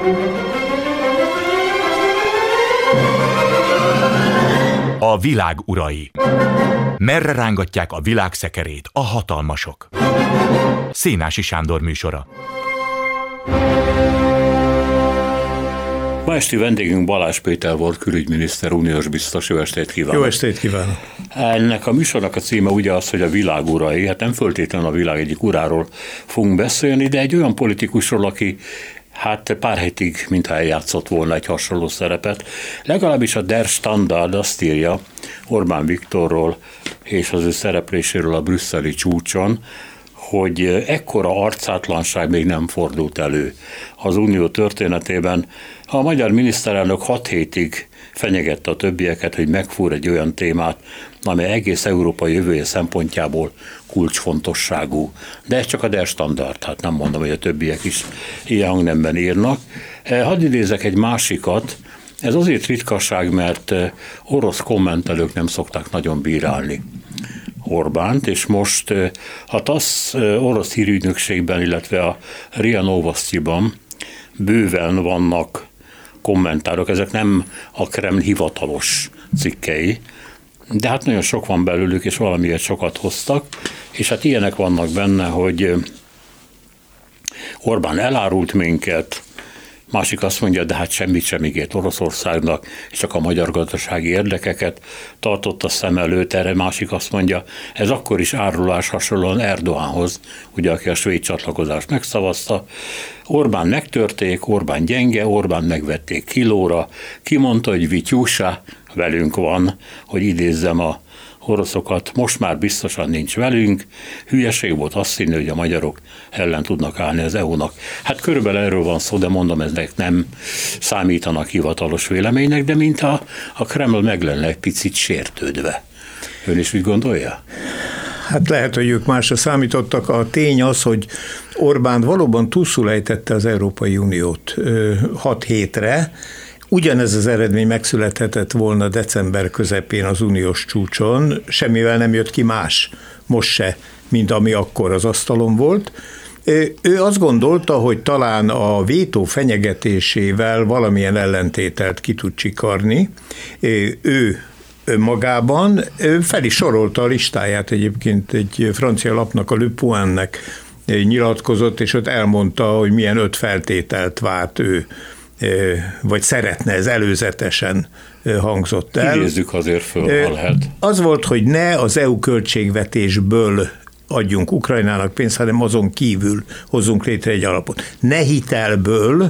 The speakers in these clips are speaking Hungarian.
A világ urai. Merre rángatják a világ szekerét a hatalmasok? Szénási Sándor műsora. Ma esti vendégünk Balázs Péter volt, külügyminiszter, uniós biztos. Jó estét kívánok! Jó estét kívánok! Ennek a műsornak a címe ugye az, hogy a világ urai. Hát nem föltétlenül a világ egyik uráról fogunk beszélni, de egy olyan politikusról, aki pár hétig mintha eljátszott volna egy hasonló szerepet. Legalábbis a Der Standard azt írja Orbán Viktorról és az ő szerepléséről a brüsszeli csúcson, hogy ekkora arcátlanság még nem fordult elő az unió történetében. A magyar miniszterelnök 6 hétig fenyegette a többieket, hogy megfúr egy olyan témát, amely egész Európa jövője szempontjából kulcsfontosságú. De ez csak a Der Standard, hát nem mondom, hogy a többiek is ilyen hangnemben írnak. Hadd idézek egy másikat, ez azért ritkaság, mert orosz kommentelők nem szokták nagyon bírálni Orbánt, és most a TASZ orosz hírügynökségben, illetve a RIA Novostiban bőven vannak kommentárok, ezek nem a Kreml hivatalos cikkei, de hát nagyon sok van belőlük, és valamiért sokat hoztak, és hát ilyenek vannak benne, hogy Orbán elárult minket, másik azt mondja, de hát semmit sem ígért Oroszországnak, és csak a magyar gazdasági érdekeket tartotta szem előtt, erre másik azt mondja, ez akkor is árulás hasonlóan Erdoğanhoz, ugye aki a svéd csatlakozást megszavazta. Orbán megtörték, Orbán gyenge, Orbán megvették kilóra, ki mondta, hogy Vityúsa velünk van, hogy idézzem a oroszokat, most már biztosan nincs velünk, hülyeség volt azt hinni, hogy a magyarok ellen tudnak állni az EU-nak. Hát körülbelül erről van szó, de mondom, ezek nem számítanak hivatalos véleménynek, de mint a Kreml meg lenne egy picit sértődve. Ön is úgy gondolja? Hát lehet, hogy ők másra számítottak. A tény az, hogy Orbán valóban túlszul ejtette az Európai Uniót 6 hétre. Ugyanez az eredmény megszülethetett volna december közepén az uniós csúcson, semmivel nem jött ki más, most se, mint ami akkor az asztalon volt. Ő azt gondolta, hogy talán a vétó fenyegetésével valamilyen ellentételt ki tud csikarni. Ő magában fel is sorolta a listáját, egyébként egy francia lapnak, a Le Pointnek nyilatkozott, és ott elmondta, hogy milyen 5 feltételt várt ő, vagy szeretne, ez előzetesen hangzott el. Idézzük azért föl, ha lehet. Az volt, hogy ne az EU költségvetésből adjunk Ukrajnának pénzt, hanem azon kívül hozzunk létre egy alapot. Ne hitelből,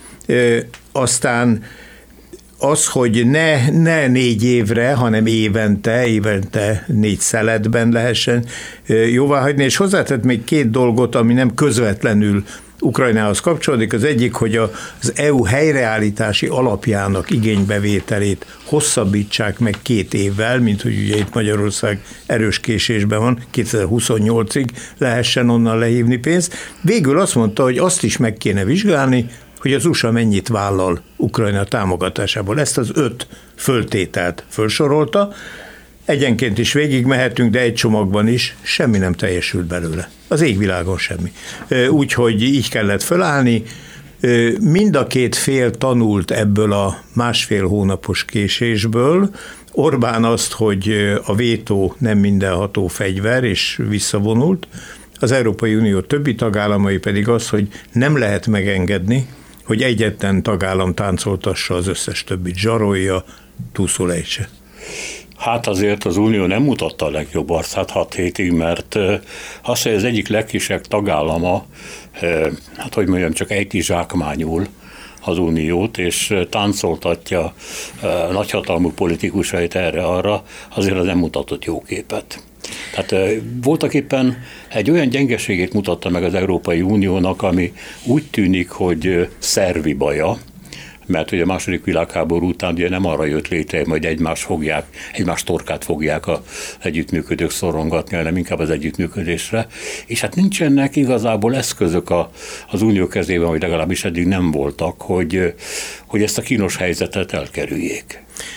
aztán az, hogy ne 4 évre, hanem évente 4 szeletben lehessen jóváhagyni, és hozzátett még 2 dolgot, ami nem közvetlenül Ukrajnához kapcsolódik. Az egyik, hogy az EU helyreállítási alapjának igénybevételét hosszabbítsák meg 2 évvel, mint hogy ugye itt Magyarország erős késésben van, 2028-ig lehessen onnan lehívni pénzt. Végül azt mondta, hogy azt is meg kéne vizsgálni, hogy az USA mennyit vállal Ukrajna támogatásából. Ezt az 5 föltételt felsorolta. Egyenként is végigmehetünk, de egy csomagban is semmi nem teljesült belőle. Az égvilágon semmi. Úgyhogy így kellett fölállni. Mind a 2 fél tanult ebből a 1,5 hónapos késésből. Orbán azt, hogy a vétó nem mindenható fegyver, és visszavonult. Az Európai Unió többi tagállamai pedig az, hogy nem lehet megengedni, hogy egyetlen tagállam táncoltassa az összes többit, zsarolja, túlszul ejtse. Hát azért az Unió nem mutatta a legjobb arcát 6 hétig, mert azt, hogy az egyik legkisebb tagállama, hát hogy mondjam, csak ejti zsákmányul az Uniót, és táncoltatja nagyhatalmú politikusait erre-arra, azért az nem mutatott jó képet. Tehát voltak éppen egy olyan gyengeségét mutatta meg az Európai Uniónak, ami úgy tűnik, hogy szervi baja, mert ugye a második világháború után ugye nem arra jött létre, hogy egymás torkát fogják az együttműködők szorongatni, hanem inkább az együttműködésre. És hát nincsenek igazából eszközök az unió kezében, vagy legalábbis eddig nem voltak, hogy ezt a kínos helyzetet elkerüljék.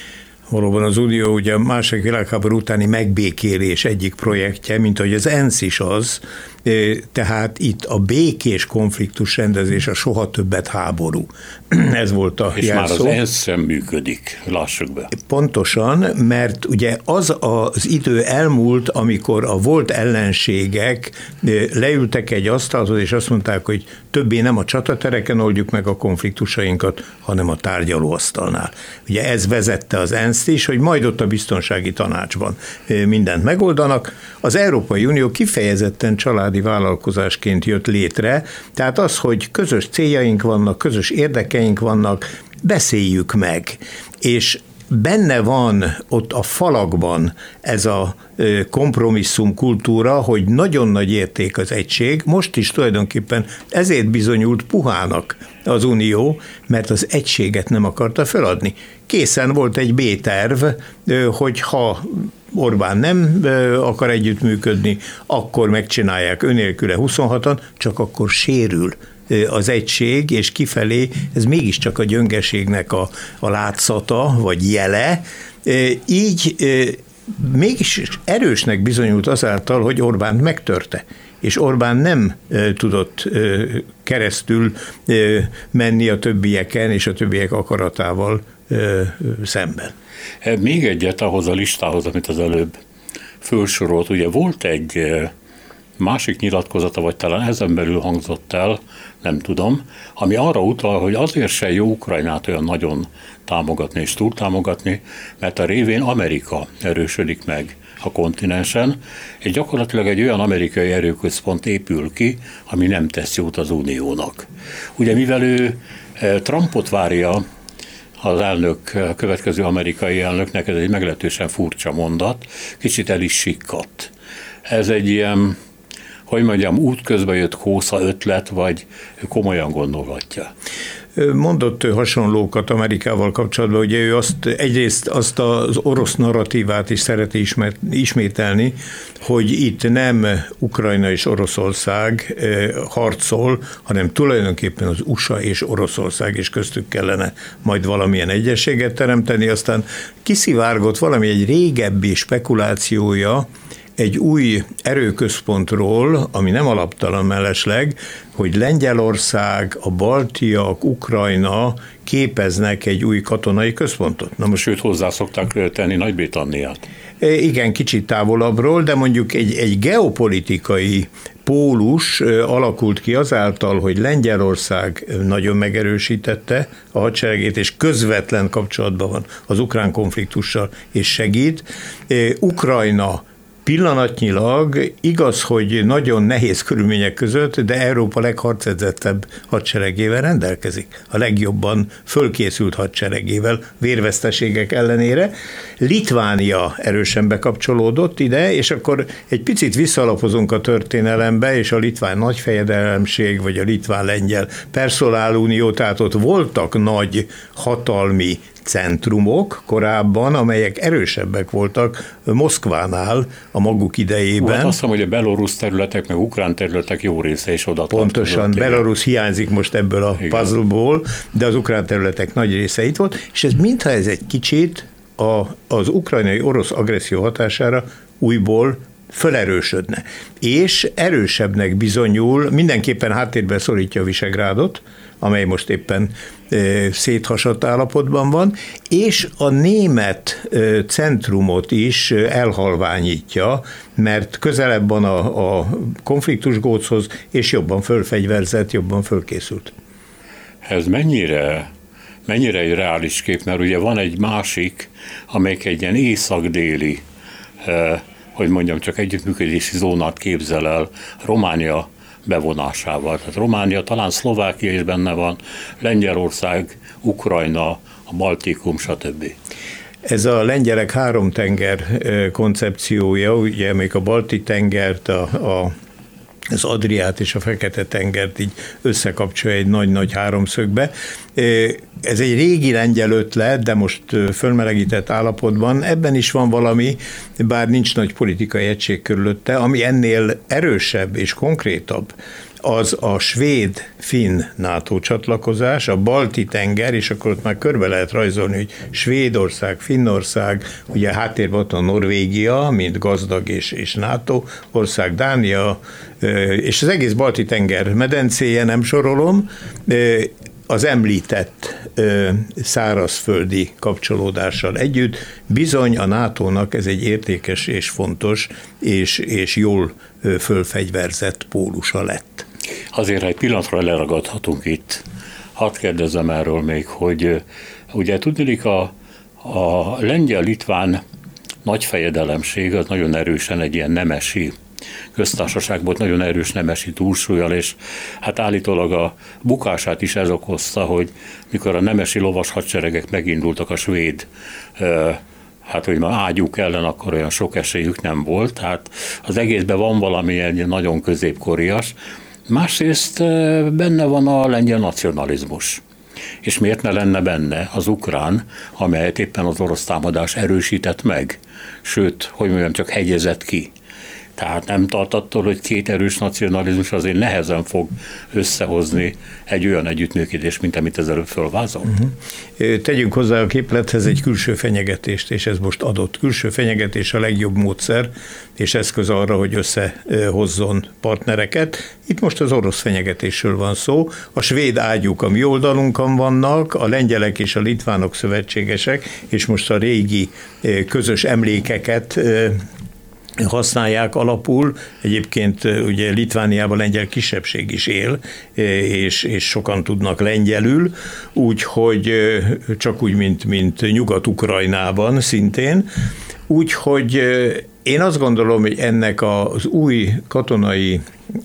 Valóban az Unió ugye a második világháború utáni megbékélés egyik projektje, mint ahogy az ENSZ is az, tehát itt a békés konfliktus rendezés a soha többet háború. Ez volt a és jelszó. És már az ENSZ sem működik, lássuk be. Pontosan, mert ugye az idő elmúlt, amikor a volt ellenségek leültek egy asztalhoz, és azt mondták, hogy többé nem a csatatereken oldjuk meg a konfliktusainkat, hanem a tárgyalóasztalnál. Ugye ez vezette az ENSZ-t is, hogy majd ott a biztonsági tanácsban mindent megoldanak. Az Európai Unió kifejezetten családi vállalkozásként jött létre, tehát az, hogy közös céljaink vannak, közös érdekeink vannak, beszéljük meg. És benne van ott a falakban ez a kompromisszum kultúra, hogy nagyon nagy érték az egység, most is tulajdonképpen ezért bizonyult puhának az Unió, mert az egységet nem akarta feladni. Készen volt egy B-terv, hogy ha Orbán nem akar együttműködni, akkor megcsinálják önélküle 26-an, csak akkor sérül az egység, és kifelé ez mégiscsak a gyöngeségnek a látszata, vagy jele. Így mégis erősnek bizonyult azáltal, hogy Orbánt megtörte, és Orbán nem tudott keresztül menni a többieken, és a többiek akaratával szemben. Még egyet ahhoz a listához, amit az előbb fölsorolt, ugye volt egy másik nyilatkozata, vagy talán ezen belül hangzott el, nem tudom, ami arra utal, hogy azért se jó Ukrajnát olyan nagyon támogatni és túltámogatni, mert a révén Amerika erősödik meg a kontinensen, és gyakorlatilag egy olyan amerikai erőközpont épül ki, ami nem tesz jót az Uniónak. Ugye mivel ő Trumpot várja, az elnök, a következő amerikai elnöknek, ez egy meglehetősen furcsa mondat, kicsit el is sikkadt. Ez egy ilyen, hogy mondjam, útközben jött kósza ötlet, vagy komolyan gondolhatja? Mondott hasonlókat Amerikával kapcsolatban, ugye ő egyrészt azt az orosz narratívát is szereti ismételni, hogy itt nem Ukrajna és Oroszország harcol, hanem tulajdonképpen az USA és Oroszország is köztük kellene majd valamilyen egyességet teremteni, aztán kiszivárgott valami egy régebbi spekulációja, egy új erőközpontról, ami nem alaptalan mellesleg, hogy Lengyelország, a baltiak, Ukrajna képeznek egy új katonai központot. Na most sőt, hozzá szokták tenni Nagy-Britanniát. Igen, kicsit távolabbról, de mondjuk egy geopolitikai pólus alakult ki azáltal, hogy Lengyelország nagyon megerősítette a hadseregét, és közvetlen kapcsolatban van az ukrán konfliktussal, és segít. Ukrajna pillanatnyilag igaz, hogy nagyon nehéz körülmények között, de Európa legharcedzettebb hadseregével rendelkezik. A legjobban fölkészült hadseregével, vérveszteségek ellenére. Litvánia erősen bekapcsolódott ide, és akkor egy picit visszalapozunk a történelembe, és a litván nagyfejedelemség, vagy a litván-lengyel personálunió, tehát ott voltak nagy hatalmi centrumok korábban, amelyek erősebbek voltak Moszkvánál a maguk idejében. Hát azt hiszem, hogy a belorusz területek, meg ukrán területek jó része is oda pontosan, Belarus hiányzik most ebből a puzzleból, de az ukrán területek nagy része itt volt, és ez mintha ez egy kicsit az ukrajnai orosz agresszió hatására újból felerősödne. És erősebbnek bizonyul, mindenképpen háttérben szorítja a Visegrádot, amely most éppen széthasadt állapotban van, és a német centrumot is elhalványítja, mert közelebb van a konfliktusgóchoz, és jobban fölfegyverzett, jobban fölkészült. Ez mennyire egy reális kép, mert ugye van egy másik, amelyik egy ilyen észak-déli, hogy mondjam, csak együttműködési zónát képzel el, Románia bevonásával. Tehát Románia, talán Szlovákia is benne van, Lengyelország, Ukrajna, a Baltikum, stb. Ez a lengyelek három tenger koncepciója, ugye még a Balti-tengert, az Adriát és a Fekete-tengert így összekapcsolja egy nagy-nagy háromszögbe. Ez egy régi lengyel ötlet, de most fölmelegített állapotban. Ebben is van valami, bár nincs nagy politikai egység körülötte, ami ennél erősebb és konkrétabb. az a svéd-finn NATO csatlakozás, a Balti-tenger, és akkor ott már körbe lehet rajzolni, hogy Svédország, Finnország, ugye háttérben ott a Norvégia, mint gazdag és NATO ország, Dánia, és az egész Balti-tenger medencéje, nem sorolom, az említett szárazföldi kapcsolódással együtt bizony a NATO-nak ez egy értékes és fontos és jól fölfegyverzett pólusa lett. Azért egy pillanatra leragadhatunk itt. Hadd kérdezzem erről még, hogy ugye tudniillik a lengyel-litván nagyfejedelemség az nagyon erősen egy ilyen nemesi köztársaságból, nagyon erős nemesi túlsúlyal, és hát állítólag a bukását is ez okozta, hogy mikor a nemesi lovas hadseregek megindultak a svéd hogy már ágyuk ellen, akkor olyan sok esélyük nem volt, tehát az egészben van valami egy nagyon középkorias. Másrészt benne van a lengyel nacionalizmus. És miért ne lenne benne az ukrán, amelyet éppen az orosz támadás erősített meg, sőt, hogy mondjam, csak hegyezett ki. Tehát nem tart attól, hogy két erős nacionalizmus azért nehezen fog összehozni egy olyan együttműködést, mint amit ezelőtt fölvázol. Tegyünk hozzá a képlethez egy külső fenyegetést, és ez most adott. Külső fenyegetés a legjobb módszer és eszköz arra, hogy összehozzon partnereket. Itt most az orosz fenyegetésről van szó. A svéd ágyuk a mi oldalunkon vannak, a lengyelek és a litvánok szövetségesek, és most a régi közös emlékeket használják alapul. Egyébként ugye Litvániában lengyel kisebbség is él, és sokan tudnak lengyelül, úgyhogy csak úgy, mint Nyugat-Ukrajnában szintén. Úgyhogy én azt gondolom, hogy ennek az új katonai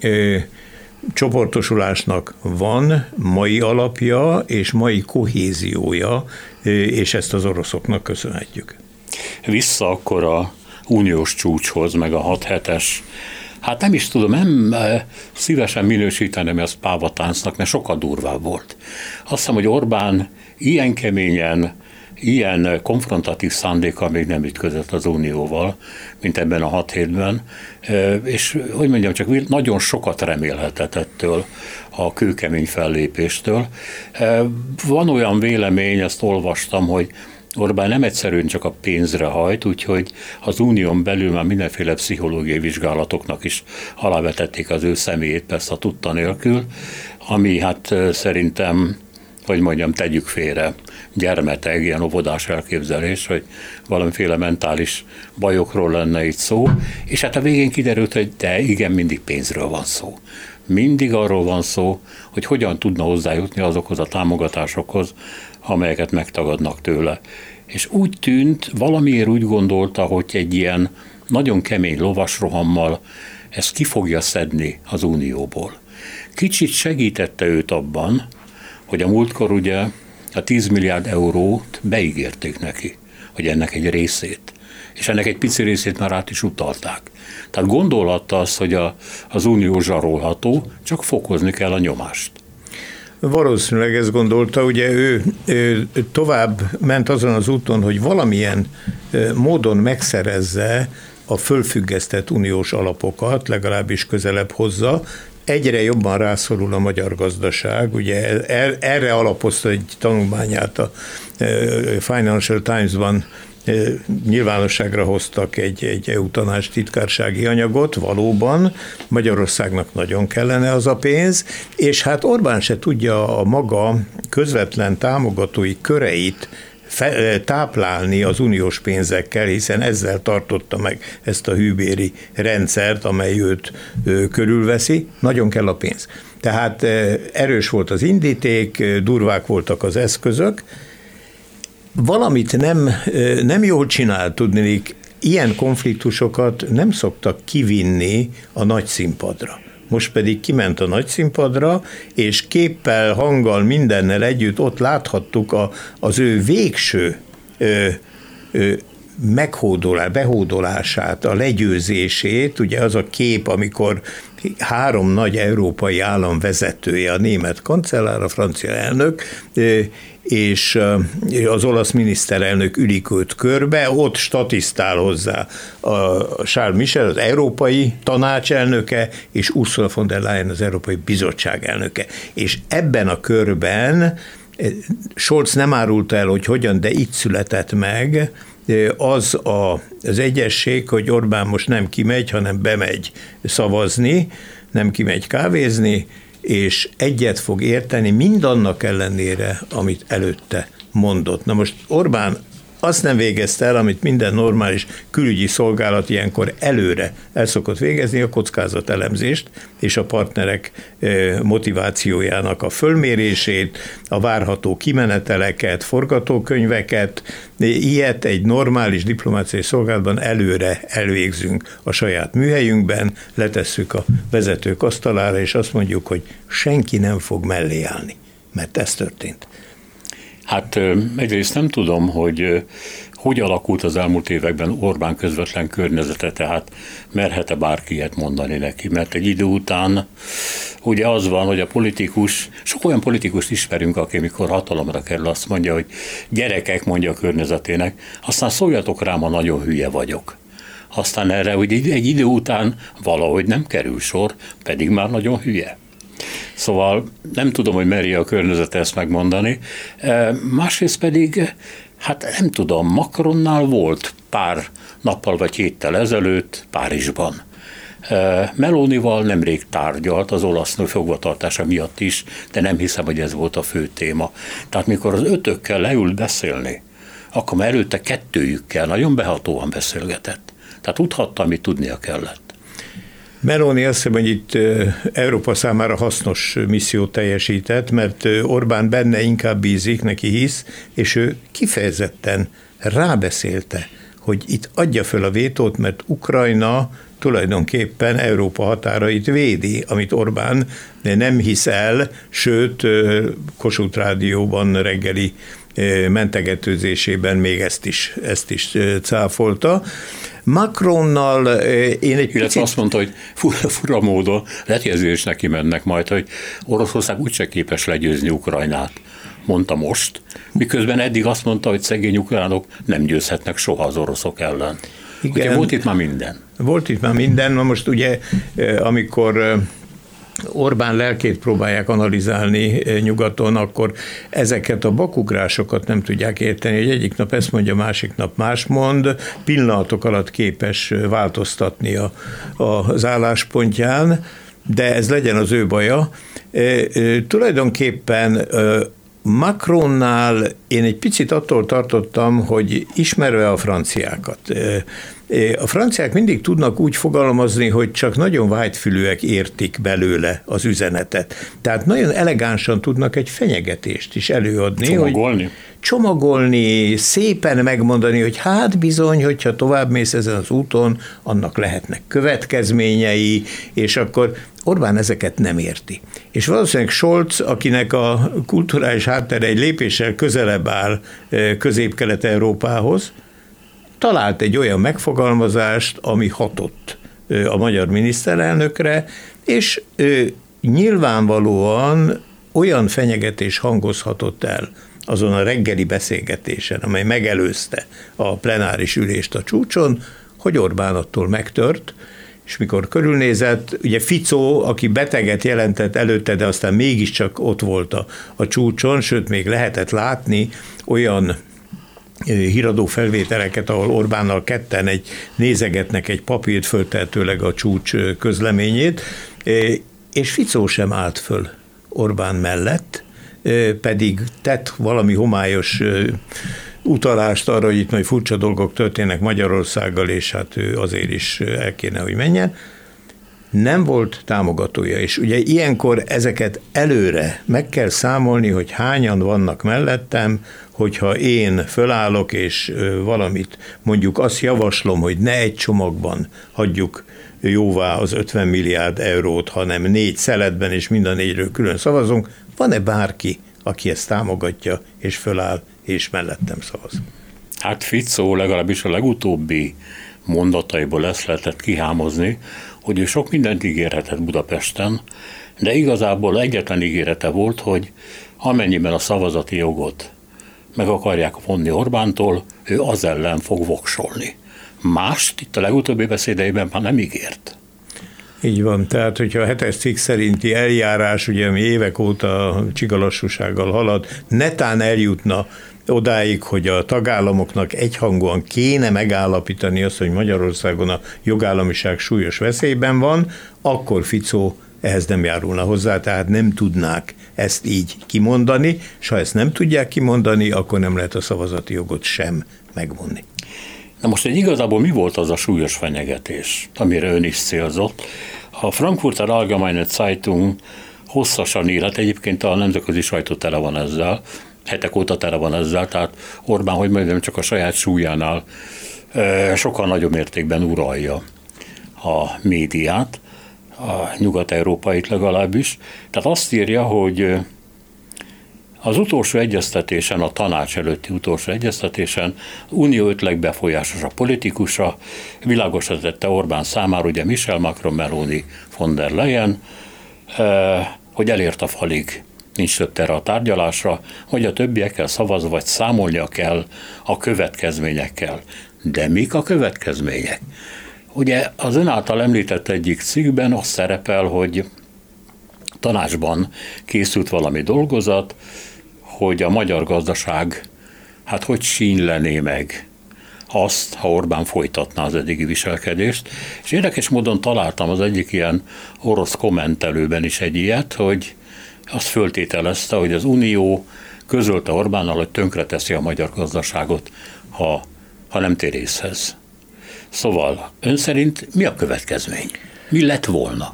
csoportosulásnak van mai alapja és mai kohéziója, és ezt az oroszoknak köszönhetjük. Vissza akkor a uniós csúcshoz, meg a 6-7-es, hát nem is tudom, nem szívesen minősíteném ezt pávatáncnak, mert sokkal durvább volt. Azt hiszem, hogy Orbán ilyen keményen, ilyen konfrontatív szándékkal még nem ütközött az Unióval, mint ebben a 6 hétben, és hogy mondjam, csak nagyon sokat remélhetett ettől a kőkemény fellépéstől. Van olyan vélemény, ezt olvastam, hogy Orbán nem egyszerűen csak a pénzre hajt, úgyhogy az unión belül már mindenféle pszichológiai vizsgálatoknak is alávetették az ő személyét, persze a tudta nélkül, ami hát szerintem, hogy mondjam, tegyük félre, gyermeteg, ilyen óvodás elképzelés, hogy valamiféle mentális bajokról lenne itt szó, és hát a végén kiderült, hogy de igen, mindig pénzről van szó. Mindig arról van szó, hogy hogyan tudna hozzájutni azokhoz a támogatásokhoz, amelyeket megtagadnak tőle. És úgy tűnt, valamiért úgy gondolta, hogy egy ilyen nagyon kemény lovasrohammal ezt ki fogja szedni az Unióból. Kicsit segítette őt abban, hogy a múltkor ugye a 10 milliárd eurót beígérték neki, hogy ennek egy részét. És ennek egy pici részét már át is utalták. Tehát gondolhatta azt, hogy az unió zsarolható, csak fokozni kell a nyomást. Valószínűleg ezt gondolta, ugye ő tovább ment azon az úton, hogy valamilyen módon megszerezze a fölfüggesztett uniós alapokat, legalábbis közelebb hozza. Egyre jobban rászorul a magyar gazdaság, ugye erre alapozta egy tanulmányát a Financial Times-ban, nyilvánosságra hoztak egy EU tanács titkársági anyagot, valóban Magyarországnak nagyon kellene az a pénz, és hát Orbán se tudja a maga közvetlen támogatói köreit táplálni az uniós pénzekkel, hiszen ezzel tartotta meg ezt a hűbéri rendszert, amely őt körülveszi, nagyon kell a pénz. Tehát erős volt az indíték, durvák voltak az eszközök, valamit nem jól csinál, tudnék, ilyen konfliktusokat nem szoktak kivinni a nagy színpadra. Most pedig kiment a nagy színpadra, és képpel, hanggal, mindennel együtt ott láthattuk az ő végső behódolását, a legyőzését, ugye az a kép, amikor három nagy európai állam vezetője, a német kancellár, a francia elnök, és az olasz miniszterelnök ülik őt körbe, ott statisztál hozzá a Charles Michel, az Európai Tanács elnöke, és Ursula von der Leyen, az Európai Bizottság elnöke. És ebben a körben Scholz nem árulta el, hogy hogyan, de itt született meg az egyesség, hogy Orbán most nem kimegy, hanem bemegy szavazni, nem kimegy kávézni, és egyet fog érteni mindannak ellenére, amit előtte mondott. Na most Orbán azt nem végezte el, amit minden normális külügyi szolgálat ilyenkor előre el szokott végezni, a kockázatelemzést és a partnerek motivációjának a fölmérését, a várható kimeneteleket, forgatókönyveket, ilyet egy normális diplomáciai szolgálatban előre elvégzünk a saját műhelyünkben, letesszük a vezetők asztalára, és azt mondjuk, hogy senki nem fog mellé állni, mert ez történt. Hát egyrészt nem tudom, hogy alakult az elmúlt években Orbán közvetlen környezete, tehát merhet-e bárki ilyet mondani neki, mert egy idő után ugye az van, hogy a politikus, sok olyan politikust ismerünk, aki mikor hatalomra kerül, azt mondja, hogy gyerekek, mondja a környezetének, aztán szóljatok rám, ha nagyon hülye vagyok. Aztán erre hogy egy idő után valahogy nem kerül sor, pedig már nagyon hülye. Szóval nem tudom, hogy merje a környezete ezt megmondani. Másrészt pedig, hát nem tudom, Macronnál volt pár nappal vagy héttel ezelőtt Párizsban. Melonival nemrég tárgyalt az olasz nő fogvatartása miatt is, de nem hiszem, hogy ez volt a fő téma. Tehát mikor az ötökkel leült beszélni, akkor már előtte kettőjükkel nagyon behatóan beszélgetett. Tehát tudhatta, amit tudnia kellett. Meloni azt hiszem, hogy itt Európa számára hasznos missziót teljesített, mert Orbán benne inkább bízik, neki hisz, és ő kifejezetten rábeszélte, hogy itt adja föl a vétót, mert Ukrajna tulajdonképpen Európa határait védi, amit Orbán nem hisz el, sőt Kossuth Rádióban reggeli mentegetőzésében még ezt is cáfolta. Macronnal én egy picit... azt mondta, hogy fura módon letjezés neki mennek majd, hogy Oroszország úgyse képes legyőzni Ukrajnát, mondta most, miközben eddig azt mondta, hogy szegény ukránok nem győzhetnek soha az oroszok ellen. Igen, ugye volt itt már minden. Volt itt már minden, na most ugye amikor Orbán lelkét próbálják analizálni nyugaton, akkor ezeket a bakugrásokat nem tudják érteni, hogy egyik nap ezt mondja, másik nap más mond, pillanatok alatt képes változtatni az álláspontján, de ez legyen az ő baja. Tulajdonképpen Macronnál én egy picit attól tartottam, hogy ismerve a franciákat. A franciák mindig tudnak úgy fogalmazni, hogy csak nagyon vágyfülűek értik belőle az üzenetet. Tehát nagyon elegánsan tudnak egy fenyegetést is előadni. Csomagolni, szépen megmondani, hogy hát bizony, hogyha tovább mész ezen az úton, annak lehetnek következményei, és akkor Orbán ezeket nem érti. És valószínűleg Scholz, akinek a kulturális háttere egy lépéssel közelebb áll Közép-Kelet-Európához, talált egy olyan megfogalmazást, ami hatott a magyar miniszterelnökre, és nyilvánvalóan olyan fenyegetés hangozhatott el azon a reggeli beszélgetésen, amely megelőzte a plenáris ülést a csúcson, hogy Orbán attól megtört, és mikor körülnézett, ugye Fico, aki beteget jelentett előtte, de aztán mégiscsak ott volt a csúcson, sőt, még lehetett látni olyan híradó felvételeket, ahol Orbánnal ketten nézegetnek egy papírt, föltehetőleg a csúcs közleményét, és Fico sem állt föl Orbán mellett, pedig tett valami homályos utalást arra, hogy itt majd furcsa dolgok történnek Magyarországgal, és hát ő azért is el kéne, hogy menjen. Nem volt támogatója, és ugye ilyenkor ezeket előre meg kell számolni, hogy hányan vannak mellettem, hogyha én fölállok, és valamit mondjuk azt javaslom, hogy ne egy csomagban hagyjuk jóvá az 50 milliárd eurót, hanem 4 szeletben, és mind a 4-ről külön szavazunk, van-e bárki, aki ezt támogatja, és föláll, és mellettem szavaz? Hát Fico legalábbis a legutóbbi mondataiból ezt lehetett kihámozni, hogy ő sok mindent ígérhetett Budapesten, de igazából egyetlen ígérete volt, hogy amennyiben a szavazati jogot meg akarják vonni Orbántól, ő az ellen fog voksolni. Mást itt a legutóbbi beszédeiben már nem ígért. Így van, tehát hogyha a 7-es cikk szerinti eljárás, ugye ami évek óta csigalassúsággal halad, netán eljutna odáig, hogy a tagállamoknak egyhangúan kéne megállapítani azt, hogy Magyarországon a jogállamiság súlyos veszélyben van, akkor Fico ehhez nem járulna hozzá, tehát nem tudnák ezt így kimondani, és ha ezt nem tudják kimondani, akkor nem lehet a szavazati jogot sem megvonni. Na most igazából mi volt az a súlyos fenyegetés, amire ön is célzott? A Frankfurter Allgemeine Zeitung hosszasan írt, egyébként a nemzetközi sajtó tele van ezzel, hetek óta tele van ezzel, tehát Orbán, hogy mondjam, csak a saját súlyánál sokkal nagyobb mértékben uralja a médiát, a nyugat-európait legalábbis. Tehát azt írja, hogy az utolsó egyeztetésen, a tanács előtti utolsó egyeztetésen Unió 5 legbefolyásosabb a politikusa világosra tette Orbán számára, ugye Michel, Macron, Meloni, von der Leyen, hogy elért a falig, nincs több tere a tárgyalásra, hogy a többiekkel szavaz, vagy számolnia kell a következményekkel. De mik a következmények? Ugye az ön által említett egyik cikkben az szerepel, hogy tanácsban készült valami dolgozat, hogy a magyar gazdaság, hát hogy sínlené meg azt, ha Orbán folytatná az eddigi viselkedést. És érdekes módon találtam az egyik ilyen orosz kommentelőben is egy ilyet, hogy azt föltételezte, hogy az Unió közölte Orbánnal, hogy tönkreteszi a magyar gazdaságot, ha nem tér észhez. Szóval ön szerint mi a következmény? Mi lett volna?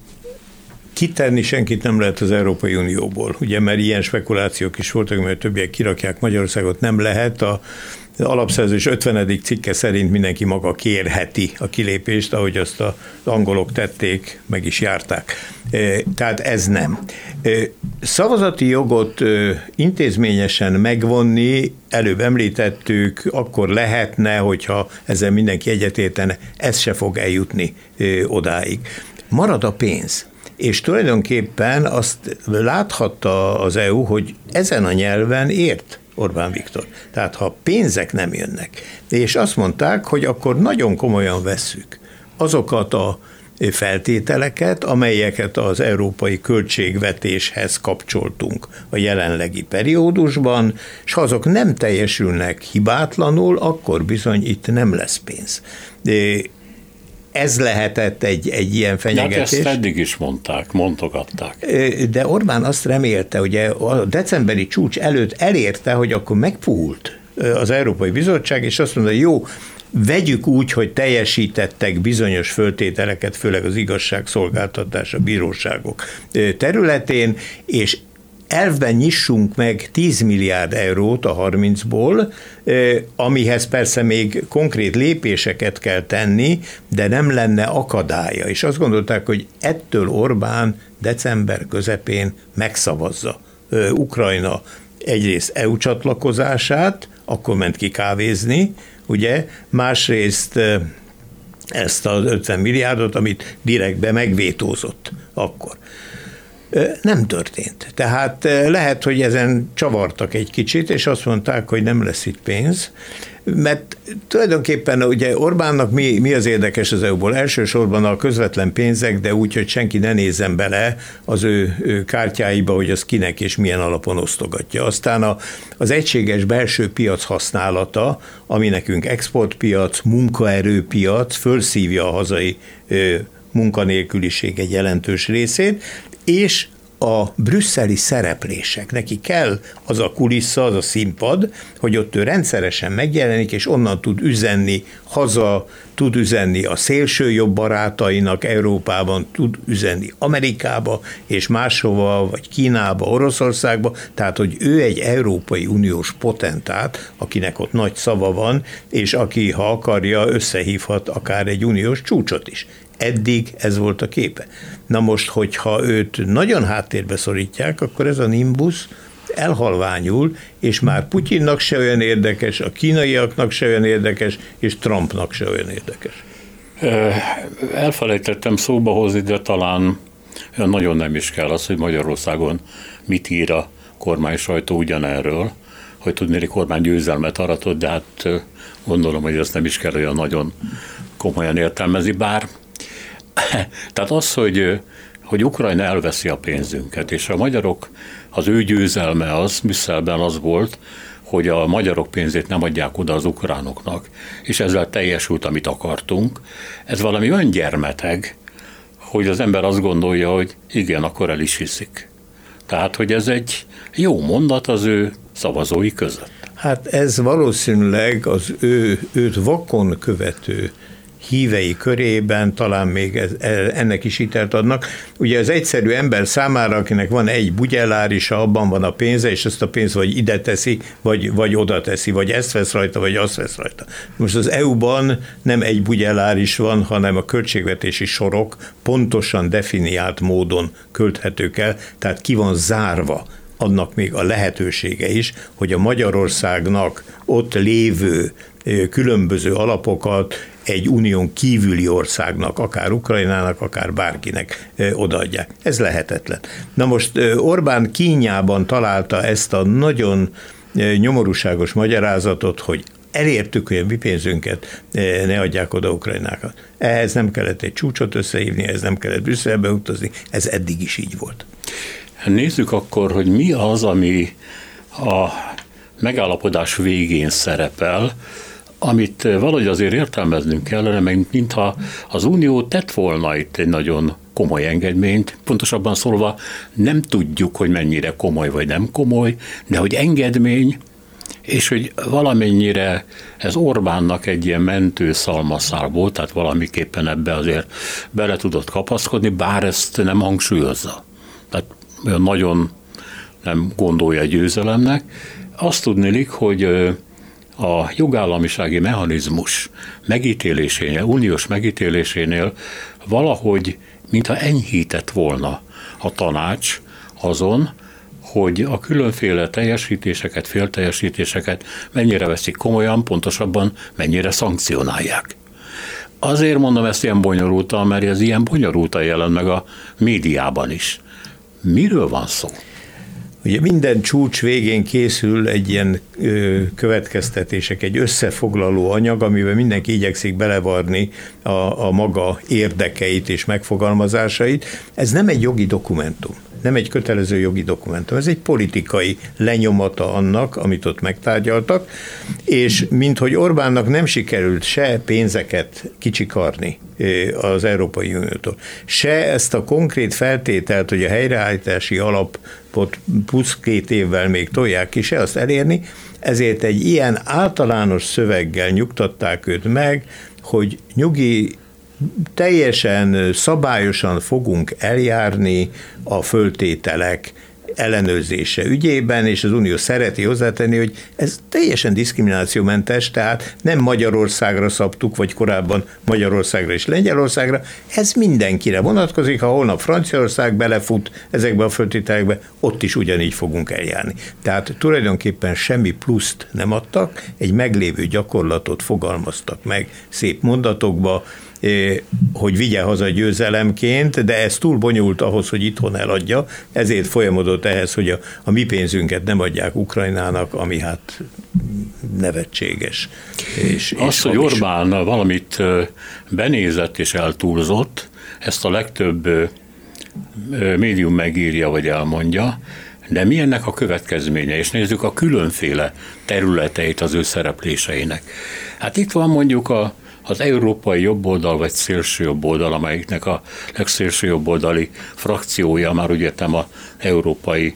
Kitenni senkit nem lehet az Európai Unióból, ugye, mert ilyen spekulációk is voltak, mert többiek kirakják Magyarországot, nem lehet. Az alapszerződés 50. cikke szerint mindenki maga kérheti a kilépést, ahogy azt az angolok tették, meg is járták. Tehát ez nem. Szavazati jogot intézményesen megvonni, előbb említettük, akkor lehetne, hogyha ezzel mindenki egyetértene, ez se fog eljutni odáig. Marad a pénz. És tulajdonképpen azt láthatta az EU, hogy ezen a nyelven ért Orbán Viktor. Tehát ha pénzek nem jönnek, és azt mondták, hogy akkor nagyon komolyan vesszük azokat a feltételeket, amelyeket az európai költségvetéshez kapcsoltunk a jelenlegi periódusban, és ha azok nem teljesülnek hibátlanul, akkor bizony itt nem lesz pénz. Ez lehetett egy ilyen fenyegetés. De ezt eddig is mondogatták. De Orbán azt remélte, hogy a decemberi csúcs előtt elérte, hogy akkor megpuhult az Európai Bizottság, és azt mondta, jó, vegyük úgy, hogy teljesítettek bizonyos föltételeket, főleg az igazságszolgáltatás, a bíróságok területén, és elvben nyissunk meg 10 milliárd eurót a 30-ból, amihez persze még konkrét lépéseket kell tenni, de nem lenne akadálya. És azt gondolták, hogy ettől Orbán december közepén megszavazza Ukrajna egyrészt EU csatlakozását, akkor ment ki kávézni, ugye, másrészt ezt az 50 milliárdot, amit direktbe megvétózott akkor. Nem történt. Tehát lehet, hogy ezen csavartak egy kicsit, és azt mondták, hogy nem lesz itt pénz, mert tulajdonképpen ugye Orbánnak mi az érdekes az EU-ból? Elsősorban a közvetlen pénzek, de úgy, hogy senki ne nézzen bele az ő kártyáiba, hogy az kinek és milyen alapon osztogatja. Aztán az egységes belső piac használata, ami nekünk exportpiac, munkaerőpiac, fölszívja a hazai munkanélküliség egy jelentős részét, és a brüsszeli szereplések. Neki kell az a kulissza, az a színpad, hogy ott ő rendszeresen megjelenik, és onnan tud üzenni haza, tud üzenni a szélsőjobb barátainak Európában, tud üzenni Amerikába, és máshova, vagy Kínába, Oroszországba, tehát, hogy ő egy Európai Uniós potentát, akinek ott nagy szava van, és aki, ha akarja, összehívhat akár egy uniós csúcsot is. Eddig ez volt a képe. Na most, hogyha őt nagyon háttérbe szorítják, akkor ez a nimbus, elhalványul, és már Putyinnak se olyan érdekes, a kínaiaknak se olyan érdekes, és Trumpnak se olyan érdekes. Elfelejtettem szóba hozni, de talán nagyon nem is kell az, hogy Magyarországon mit ír a kormány sajtó ugyanerről, hogy tudnéli kormány győzelmet aratott, de hát gondolom, hogy ezt nem is kell olyan nagyon komolyan értelmezni, bár tehát az, hogy Ukrajna elveszi a pénzünket, és a magyarok, az ő győzelme az, Brüsszelben az volt, hogy a magyarok pénzét nem adják oda az ukránoknak, és ezzel teljesült, amit akartunk. Ez valami olyan gyermeteg, hogy az ember azt gondolja, hogy igen, akkor el is hiszik. Tehát, hogy ez egy jó mondat az ő szavazói között. Hát ez valószínűleg az őt vakon követő hívei körében talán még ennek is hitelt adnak. Ugye az egyszerű ember számára, akinek van egy bugyellárisa, abban van a pénze, és ezt a pénzt vagy ide teszi, vagy oda teszi, vagy ezt vesz rajta, vagy azt vesz rajta. Most az EU-ban nem egy bugyelláris van, hanem a költségvetési sorok pontosan definiált módon költhetők el, tehát ki van zárva annak még a lehetősége is, hogy a Magyarországnak ott lévő különböző alapokat egy unión kívüli országnak, akár Ukrajnának, akár bárkinek odaadják. Ez lehetetlen. Na most Orbán kínjában találta ezt a nagyon nyomorúságos magyarázatot, hogy elértük, hogy a mi pénzünket ne adják oda Ukrajnákat. Ehhez nem kellett egy csúcsot összehívni, ehhez nem kellett Brüsszelbe utazni, ez eddig is így volt. Nézzük akkor, hogy mi az, ami a megállapodás végén szerepel, amit valahogy azért értelmeznünk kellene, meg mintha az Unió tett volna itt egy nagyon komoly engedményt, pontosabban szólva nem tudjuk, hogy mennyire komoly vagy nem komoly, de hogy engedmény, és hogy valamennyire ez Orbánnak egy ilyen mentő szalmaszál volt, tehát valamiképpen ebbe azért bele tudott kapaszkodni, bár ezt nem hangsúlyozza. Tehát olyan nagyon nem gondolja győzelemnek. Azt tudnilik, hogy a jogállamisági mechanizmus megítélésénél, uniós megítélésénél valahogy, mintha enyhített volna a tanács azon, hogy a különféle teljesítéseket, félteljesítéseket mennyire veszik komolyan, pontosabban mennyire szankcionálják. Azért mondom ezt ilyen bonyolultan, mert ez ilyen bonyolultan jelent meg a médiában is. Miről van szó? Ugye minden csúcs végén készül egy ilyen következtetések, egy összefoglaló anyag, amiben mindenki igyekszik belevarni a maga érdekeit és megfogalmazásait. Ez nem egy jogi dokumentum, nem egy kötelező jogi dokumentum, ez egy politikai lenyomata annak, amit ott megtárgyaltak, és minthogy Orbánnak nem sikerült se pénzeket kicsikarni az Európai Uniótól, se ezt a konkrét feltételt, hogy a helyreállítási alapot plusz 2 évvel még tolják ki, se azt elérni, ezért egy ilyen általános szöveggel nyugtatták őt meg, hogy nyugi, teljesen szabályosan fogunk eljárni a föltételek ellenőrzése ügyében, és az Unió szereti hozzátenni, hogy ez teljesen diszkriminációmentes, tehát nem Magyarországra szabtuk, vagy korábban Magyarországra és Lengyelországra, ez mindenkire vonatkozik, ha holnap Franciaország belefut ezekbe a föltételekbe, ott is ugyanígy fogunk eljárni. Tehát tulajdonképpen semmi pluszt nem adtak, egy meglévő gyakorlatot fogalmaztak meg szép mondatokba, hogy vigye haza győzelemként, de ez túl bonyolult ahhoz, hogy itthon eladja, ezért folyamodott ehhez, hogy a mi pénzünket nem adják Ukrajnának, ami hát nevetséges. Az, hogy Orbán valamit benézett és eltúlzott, ezt a legtöbb médium megírja vagy elmondja, de mi ennek a következménye? És nézzük a különféle területeit az ő szerepléseinek. Hát itt van mondjuk az európai jobboldal vagy szélső jobboldal, amelyiknek a legszélső jobboldali frakciója, már úgy értem az európai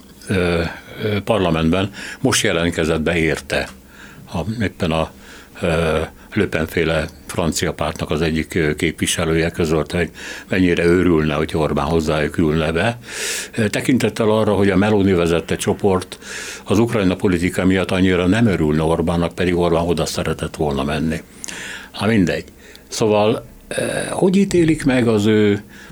parlamentben, most jelentkezett be érte éppen a Le Pen-féle francia pártnak az egyik képviselője közölte, hogy mennyire örülne, hogy Orbán hozzájuk ülne be. Tekintettel arra, hogy a Meloni vezette csoport az Ukrajna politika miatt annyira nem örülne Orbánnak, pedig Orbán oda szeretett volna menni. Hát mindegy. Szóval, hogy ítélik meg az ő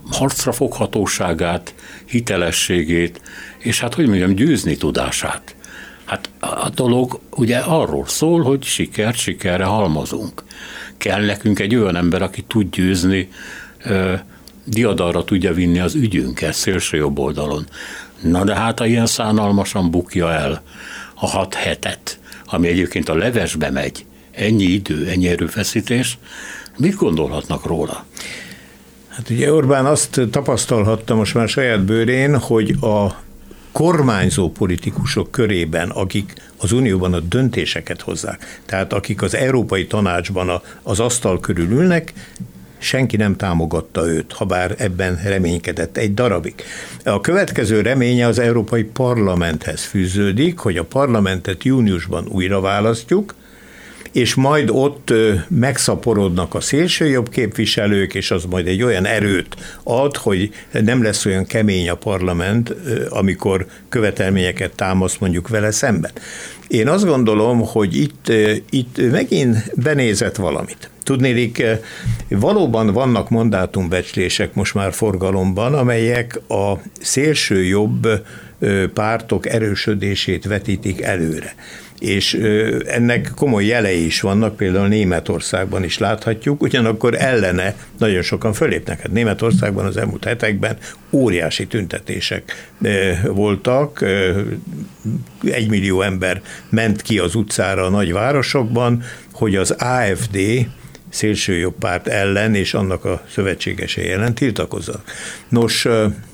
harcra foghatóságát, hitelességét, és hát, hogy mondjam, győzni tudását. Hát a dolog ugye arról szól, hogy sikerre halmozunk. Kell nekünk egy olyan ember, aki tud győzni, diadalra tudja vinni az ügyünket szélső jobb oldalon. Na de hát, ha ilyen szánalmasan bukja el a 6 hetet, ami egyébként a levesbe megy, ennyi idő, ennyi erőfeszítés, mit gondolhatnak róla? Hát ugye Orbán azt tapasztalhatta most már saját bőrén, hogy a kormányzó politikusok körében, akik az Unióban a döntéseket hozzák, tehát akik az Európai Tanácsban az asztal körül ülnek, senki nem támogatta őt, habár ebben reménykedett egy darabig. A következő reménye az Európai Parlamenthez fűződik, hogy a parlamentet júniusban újra választjuk, és majd ott megszaporodnak a szélsőjobb képviselők, és az majd egy olyan erőt ad, hogy nem lesz olyan kemény a parlament, amikor követelményeket támaszt mondjuk vele szemben. Én azt gondolom, hogy itt megint benézett valamit. Tudnélik, valóban vannak mandátumbecslések most már forgalomban, amelyek a szélsőjobb pártok erősödését vetítik előre. És ennek komoly jelei is vannak, például Németországban is láthatjuk, ugyanakkor ellene nagyon sokan fölépnek. Hát Németországban az elmúlt hetekben óriási tüntetések voltak, 1 millió ember ment ki az utcára a nagyvárosokban, hogy az AfD szélsőjobb párt ellen és annak a szövetségesei ellen tiltakozzanak. Nos,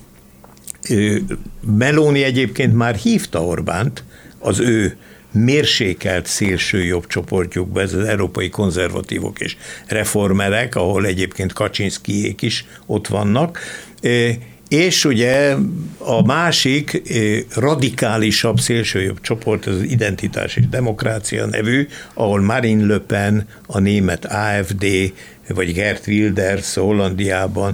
Meloni egyébként már hívta Orbánt az ő mérsékelt szélsőjobb csoportjukba, ez az európai konzervatívok és reformerek, ahol egyébként Kaczynszkijék is ott vannak, és ugye a másik radikálisabb szélsőjobb csoport, az Identitás és Demokrácia nevű, ahol Marine Le Pen, a német AfD, vagy Geert Wilders Hollandiában,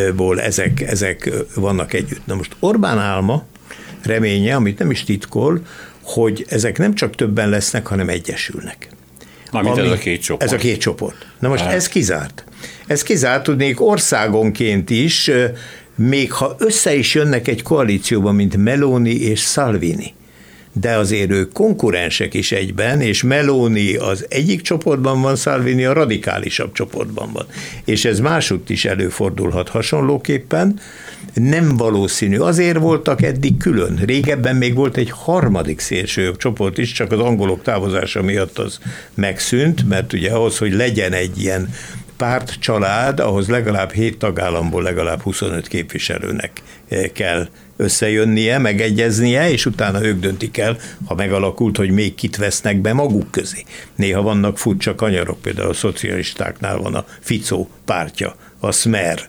ezek vannak együtt. Na most Orbán álma, reménye, amit nem is titkol, hogy ezek nem csak többen lesznek, hanem egyesülnek. Ez a két csoport. Ez a két csoport. Na most ez kizárt. Ez kizárt, tudnék országonként is, még ha össze is jönnek egy koalícióban, mint Meloni és Salvini, de azért ők konkurensek is egyben, és Meloni az egyik csoportban van, Salvini a radikálisabb csoportban van. És ez másutt is előfordulhat hasonlóképpen. Nem valószínű. Azért voltak eddig külön. Régebben még volt egy harmadik szélsőjobb csoport is, csak az angolok távozása miatt az megszűnt, mert ugye ahhoz, hogy legyen egy ilyen pártcsalád, ahhoz legalább 7 tagállamból legalább 25 képviselőnek kell összejönnie, megegyeznie, és utána ők döntik el, ha megalakult, hogy még kit vesznek be maguk közé. Néha vannak furcsa kanyarok, például a szocialistáknál van a Fico pártja, a Smer.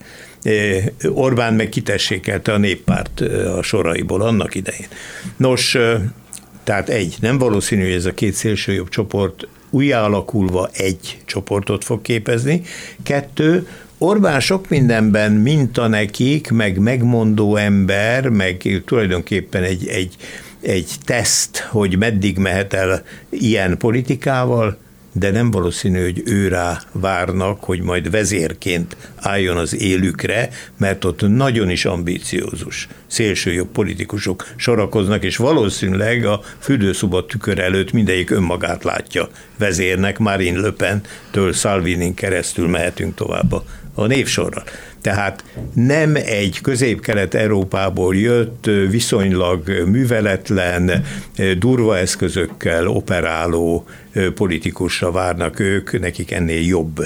Orbán meg kitessékelte a Néppárt a soraiból annak idején. Nos, tehát nem valószínű, hogy ez a két szélsőjobb csoport újjáalakulva egy csoportot fog képezni. 2, Orbán sok mindenben minta nekik, meg megmondó ember, meg tulajdonképpen egy teszt, hogy meddig mehet el ilyen politikával, de nem valószínű, hogy ő rá várnak, hogy majd vezérként álljon az élükre, mert ott nagyon is ambíciózus szélsőjobb politikusok sorakoznak, és valószínűleg a fürdőszoba tükör előtt mindegyik önmagát látja vezérnek, Marine Le Pen-től Salvinin keresztül mehetünk tovább a névsorral. Tehát nem egy Közép-Kelet-Európából jött, viszonylag műveletlen, durva eszközökkel operáló politikusra várnak ők, nekik ennél jobb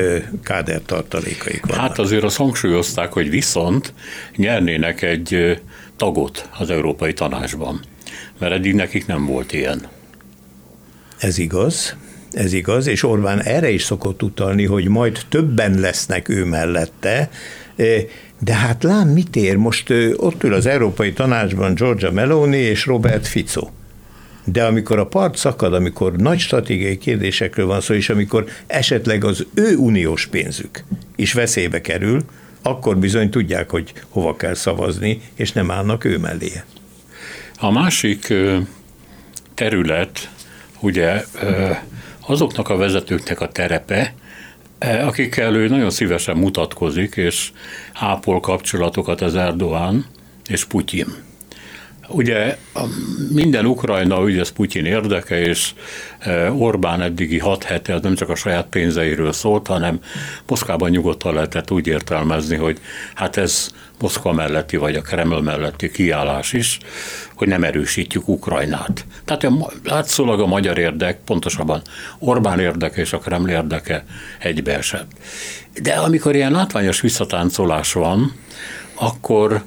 kádertartalékaik vannak. Hát azért azt hangsúlyozták, hogy viszont nyernének egy tagot az Európai Tanácsban, mert eddig nekik nem volt ilyen. Ez igaz, és Orbán erre is szokott utalni, hogy majd többen lesznek ő mellette, de hát lám mit ér? Most ott ül az Európai Tanácsban Giorgia Meloni és Robert Fico. De amikor a part szakad, amikor nagy stratégiai kérdésekről van szó, és amikor esetleg az ő uniós pénzük is veszélybe kerül, akkor bizony tudják, hogy hova kell szavazni, és nem állnak ő mellé. A másik terület, ugye azoknak a vezetőknek a terepe, akikkel ő nagyon szívesen mutatkozik, és ápol kapcsolatokat az Erdoğan és Putyin. Ugye minden Ukrajna ügy, ez Putyin érdeke, és Orbán eddigi 6 hete az nem csak a saját pénzeiről szólt, hanem Moszkvában nyugodtan lehetett úgy értelmezni, hogy hát ez Moszkva melletti, vagy a Kreml melletti kiállás is, hogy nem erősítjük Ukrajnát. Tehát látszólag a magyar érdek, pontosabban Orbán érdeke és a Kreml érdeke egybeesett. De amikor ilyen látványos visszatáncolás van, akkor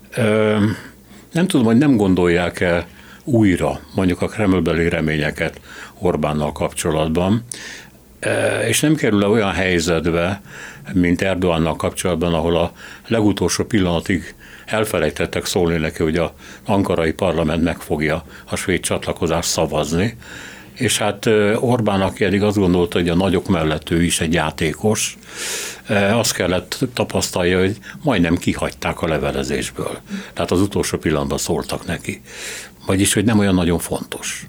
nem tudom, hogy nem gondolják-e újra mondjuk a kremlbeli reményeket Orbánnal kapcsolatban, és nem kerül-e olyan helyzetbe, mint Erdoğannal kapcsolatban, ahol a legutolsó pillanatig elfelejtettek szólni neki, hogy az ankarai parlament meg fogja a svéd csatlakozást szavazni, és hát Orbán, aki eddig azt gondolta, hogy a nagyok mellett ő is egy játékos, azt kellett tapasztalja, hogy majdnem kihagyták a levelezésből. Tehát az utolsó pillanatban szóltak neki. Vagyis, hogy nem olyan nagyon fontos.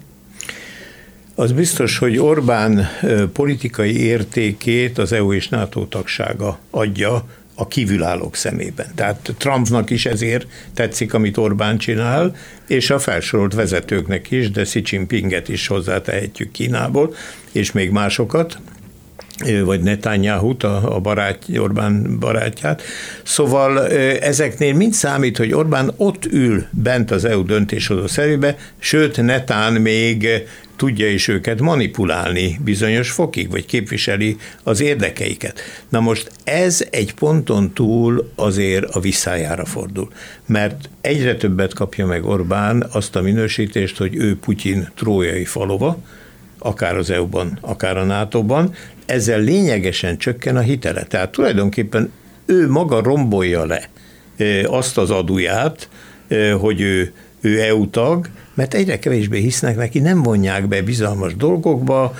Az biztos, hogy Orbán politikai értékét az EU és NATO tagsága adja a kívülállók szemében. Tehát Trumpnak is ezért tetszik, amit Orbán csinál, és a felsorolt vezetőknek is, de Xi Jinpinget is hozzátehetjük Kínából, és még másokat, vagy Netanyahu-t, Orbán barátját. Szóval ezeknél mind számít, hogy Orbán ott ül bent az EU döntéshozó szerébe, sőt, netán még tudja is őket manipulálni bizonyos fokig, vagy képviseli az érdekeiket. Na most ez egy ponton túl azért a visszájára fordul, mert egyre többet kapja meg Orbán azt a minősítést, hogy ő Putyin trójai falova, akár az EU-ban, akár a NATO-ban, ezzel lényegesen csökken a hitele. Tehát tulajdonképpen ő maga rombolja le azt az aduját, hogy ő EU tag, mert egyre kevésbé hisznek neki, nem vonják be bizalmas dolgokba,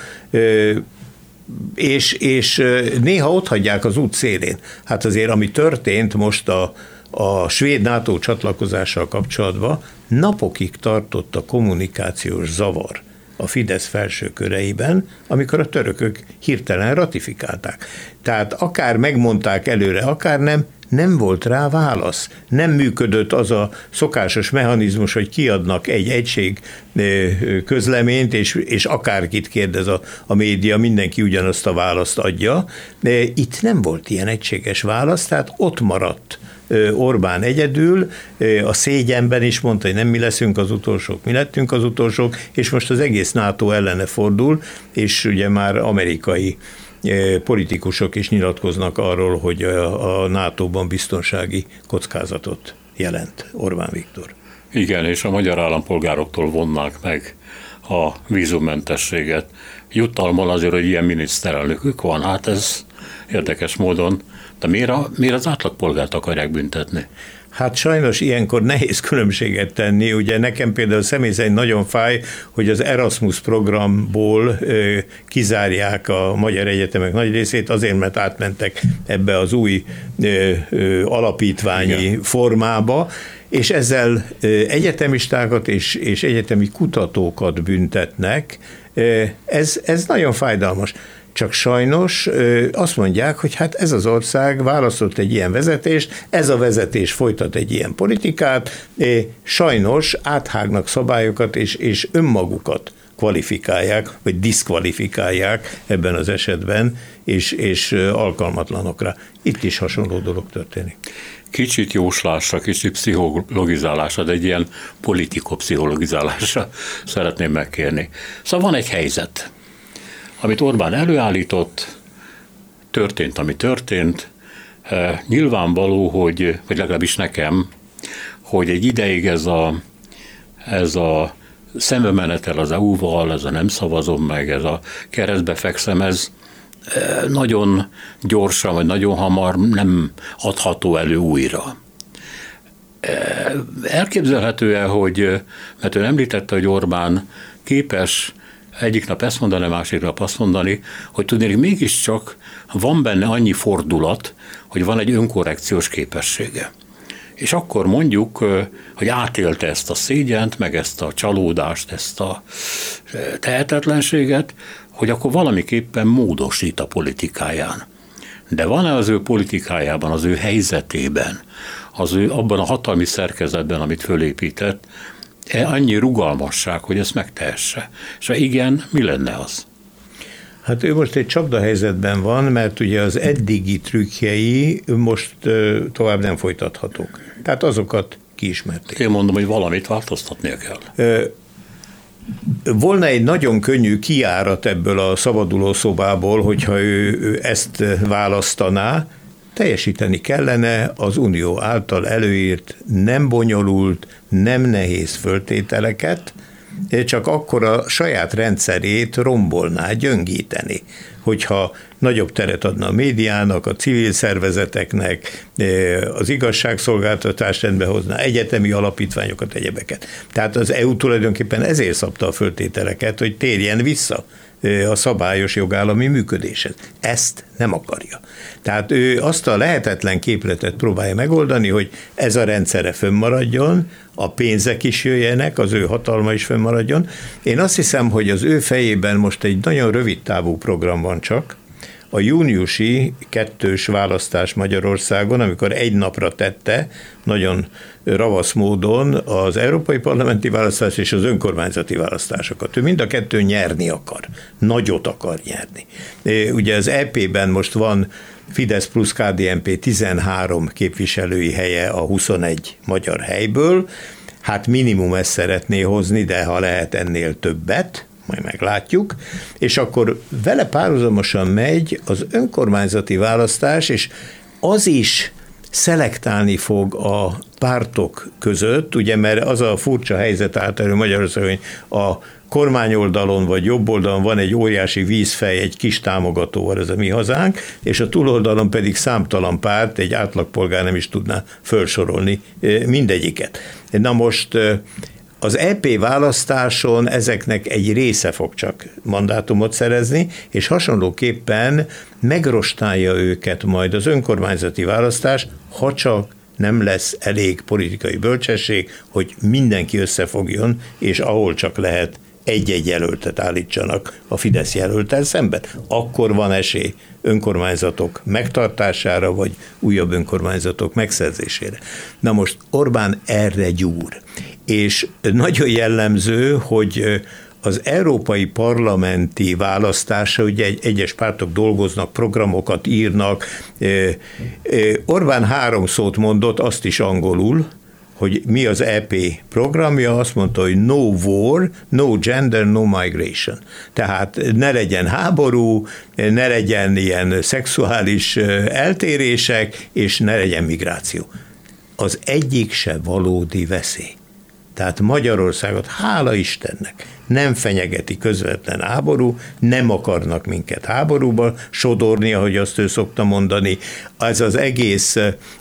és néha ott hagyják az út szélén. Hát azért, ami történt most a svéd NATO csatlakozással kapcsolatban, napokig tartott a kommunikációs zavar a Fidesz felső köreiben, amikor a törökök hirtelen ratifikálták. Tehát akár megmondták előre, akár nem volt rá válasz. Nem működött az a szokásos mechanizmus, hogy kiadnak egy egység közleményt, és akárkit kérdez a média, mindenki ugyanazt a választ adja. Itt nem volt ilyen egységes válasz, tehát ott maradt Orbán egyedül, a szégyenben is mondta, hogy nem mi leszünk az utolsók, mi lettünk az utolsók, és most az egész NATO ellene fordul, és ugye már amerikai politikusok is nyilatkoznak arról, hogy a NATO-ban biztonsági kockázatot jelent Orbán Viktor. Igen, és a magyar állampolgároktól vonnák meg a vízummentességet. Jutalmal azért, hogy ilyen miniszterelnökük van, hát ez érdekes módon. De miért az átlagpolgárt akarják büntetni? Hát sajnos ilyenkor nehéz különbséget tenni. Ugye nekem például személy szerint nagyon fáj, hogy az Erasmus programból kizárják a magyar egyetemek nagy részét, azért, mert átmentek ebbe az új alapítványi formába, és ezzel egyetemistákat és egyetemi kutatókat büntetnek. Ez nagyon fájdalmas. Csak sajnos azt mondják, hogy hát ez az ország választott egy ilyen vezetést, ez a vezetés folytat egy ilyen politikát, sajnos áthágnak szabályokat, és önmagukat kvalifikálják, vagy diszkvalifikálják ebben az esetben, és alkalmatlanokra. Itt is hasonló dolog történik. Kicsit jóslásra, kicsit pszichologizálásra, de egy ilyen politikopszichologizálásra szeretném megkérni. Szóval van egy helyzet, amit Orbán előállított, történt, ami történt. Nyilvánvaló, hogy, vagy legalábbis nekem, hogy egy ideig ez a szembemenetel az EU-val, ez a nem szavazom meg, ez a keresztbe fekszem, ez nagyon gyorsan, vagy nagyon hamar nem adható elő újra. Elképzelhető-e, mert ön említette, hogy Orbán képes egyik nap ezt mondani, másik nap azt mondani, hogy tudnék mégiscsak van benne annyi fordulat, hogy van egy önkorrekciós képessége. És akkor mondjuk, hogy átélte ezt a szégyent, meg ezt a csalódást, ezt a tehetetlenséget, hogy akkor valamiképpen módosít a politikáján. De van-e az ő politikájában, az ő helyzetében, abban a hatalmi szerkezetben, amit fölépített, annyi rugalmasság, hogy ezt megtehesse? És ha igen, mi lenne az? Hát ő most egy csapdahelyzetben van, mert ugye az eddigi trükkjei most tovább nem folytathatók. Tehát azokat kiismerték. Én mondom, hogy valamit változtatnia kell. Volna egy nagyon könnyű kijárat ebből a szabaduló szobából, hogyha ő ezt választaná, teljesíteni kellene az Unió által előírt nem bonyolult, nem nehéz föltételeket, csak akkor a saját rendszerét rombolná, gyöngíteni. Hogyha nagyobb teret adna a médiának, a civil szervezeteknek, az igazságszolgáltatást rendbe hozna, egyetemi alapítványokat, egyebeket. Tehát az EU tulajdonképpen ezért szabta a föltételeket, hogy térjen vissza a szabályos jogállami működéshez. Ezt nem akarja. Tehát ő azt a lehetetlen képletet próbálja megoldani, hogy ez a rendszere fönnmaradjon, a pénzek is jöjjenek, az ő hatalma is fönnmaradjon. Én azt hiszem, hogy az ő fejében most egy nagyon rövid távú program van csak, a júniusi 2-s választás Magyarországon, amikor egy napra tette, nagyon ravasz módon az európai parlamenti választás és az önkormányzati választásokat. Ő mind a kettő nyerni akar, nagyot akar nyerni. Ugye az EP-ben most van Fidesz plusz KDNP 13 képviselői helye a 21 magyar helyből, hát minimum ezt szeretné hozni, de ha lehet ennél többet, majd meglátjuk, és akkor vele párhuzamosan megy az önkormányzati választás, és az is szelektálni fog a pártok között, ugye, mert az a furcsa helyzet által Magyarországon, hogy a kormányoldalon vagy jobb oldalon van egy óriási vízfej, egy kis támogatóval, ez a Mi Hazánk, és a túloldalon pedig számtalan párt, egy átlagpolgár nem is tudná felsorolni mindegyiket. Na most az EP választáson ezeknek egy része fog csak mandátumot szerezni, és hasonlóképpen megrostálja őket majd az önkormányzati választás, ha csak nem lesz elég politikai bölcsesség, hogy mindenki összefogjon, és ahol csak lehet egy-egy jelöltet állítsanak a Fidesz jelölttel szemben. Akkor van esély önkormányzatok megtartására, vagy újabb önkormányzatok megszerzésére. Na most Orbán erre gyúr. És nagyon jellemző, hogy az európai parlamenti választása, ugye egyes pártok dolgoznak, programokat írnak. Orbán 3 szót mondott, azt is angolul, hogy mi az EP programja, azt mondta, hogy no war, no gender, no migration. Tehát ne legyen háború, ne legyen ilyen szexuális eltérések, és ne legyen migráció. Az egyik se valódi veszély. Tehát Magyarországot, hála Istennek, nem fenyegeti közvetlen háború, nem akarnak minket háborúba sodorni, ahogy azt ő szokta mondani. Ez az egész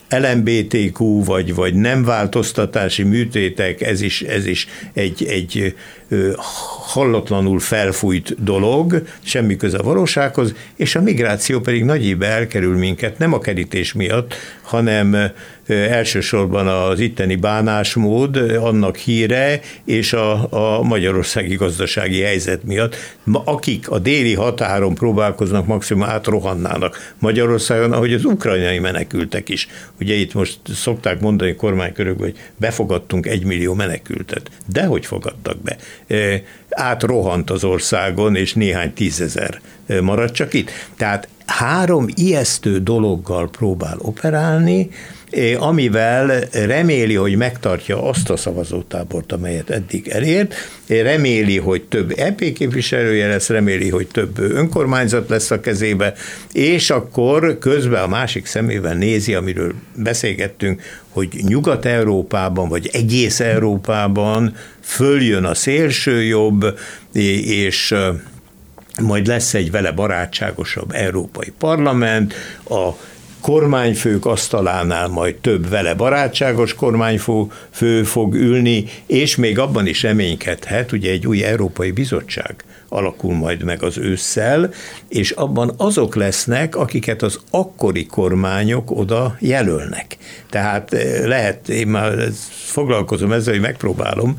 LMBTQ vagy nem változtatási műtétek, ez is egy hallatlanul felfújt dolog, semmi köze a valósághoz, és a migráció pedig nagyibe elkerül minket, nem a kerítés miatt, hanem elsősorban az itteni bánásmód, annak híre, és a magyarországi gazdasági helyzet miatt. Akik a déli határon próbálkoznak, maximum átrohannának Magyarországon, ahogy az ukrajnai menekültek is. Ugye itt most szokták mondani kormánykörökben, hogy befogadtunk 1 millió menekültet. Dehogy fogadtak be? Átrohant az országon, és néhány 10 000 maradt csak itt. Tehát 3 ijesztő dologgal próbál operálni, amivel reméli, hogy megtartja azt a szavazótábort, amelyet eddig elért, reméli, hogy több EP képviselője lesz, reméli, hogy több önkormányzat lesz a kezébe, és akkor közben a másik szemével nézi, amiről beszélgettünk, hogy Nyugat-Európában, vagy egész Európában följön a szélsőjobb, és majd lesz egy vele barátságosabb európai parlament, a kormányfők asztalánál majd több vele barátságos kormányfő fog ülni, és még abban is reménykedhet, ugye egy új Európai Bizottság alakul majd meg az ősszel, és abban azok lesznek, akiket az akkori kormányok oda jelölnek. Tehát lehet, én már foglalkozom ezzel, hogy megpróbálom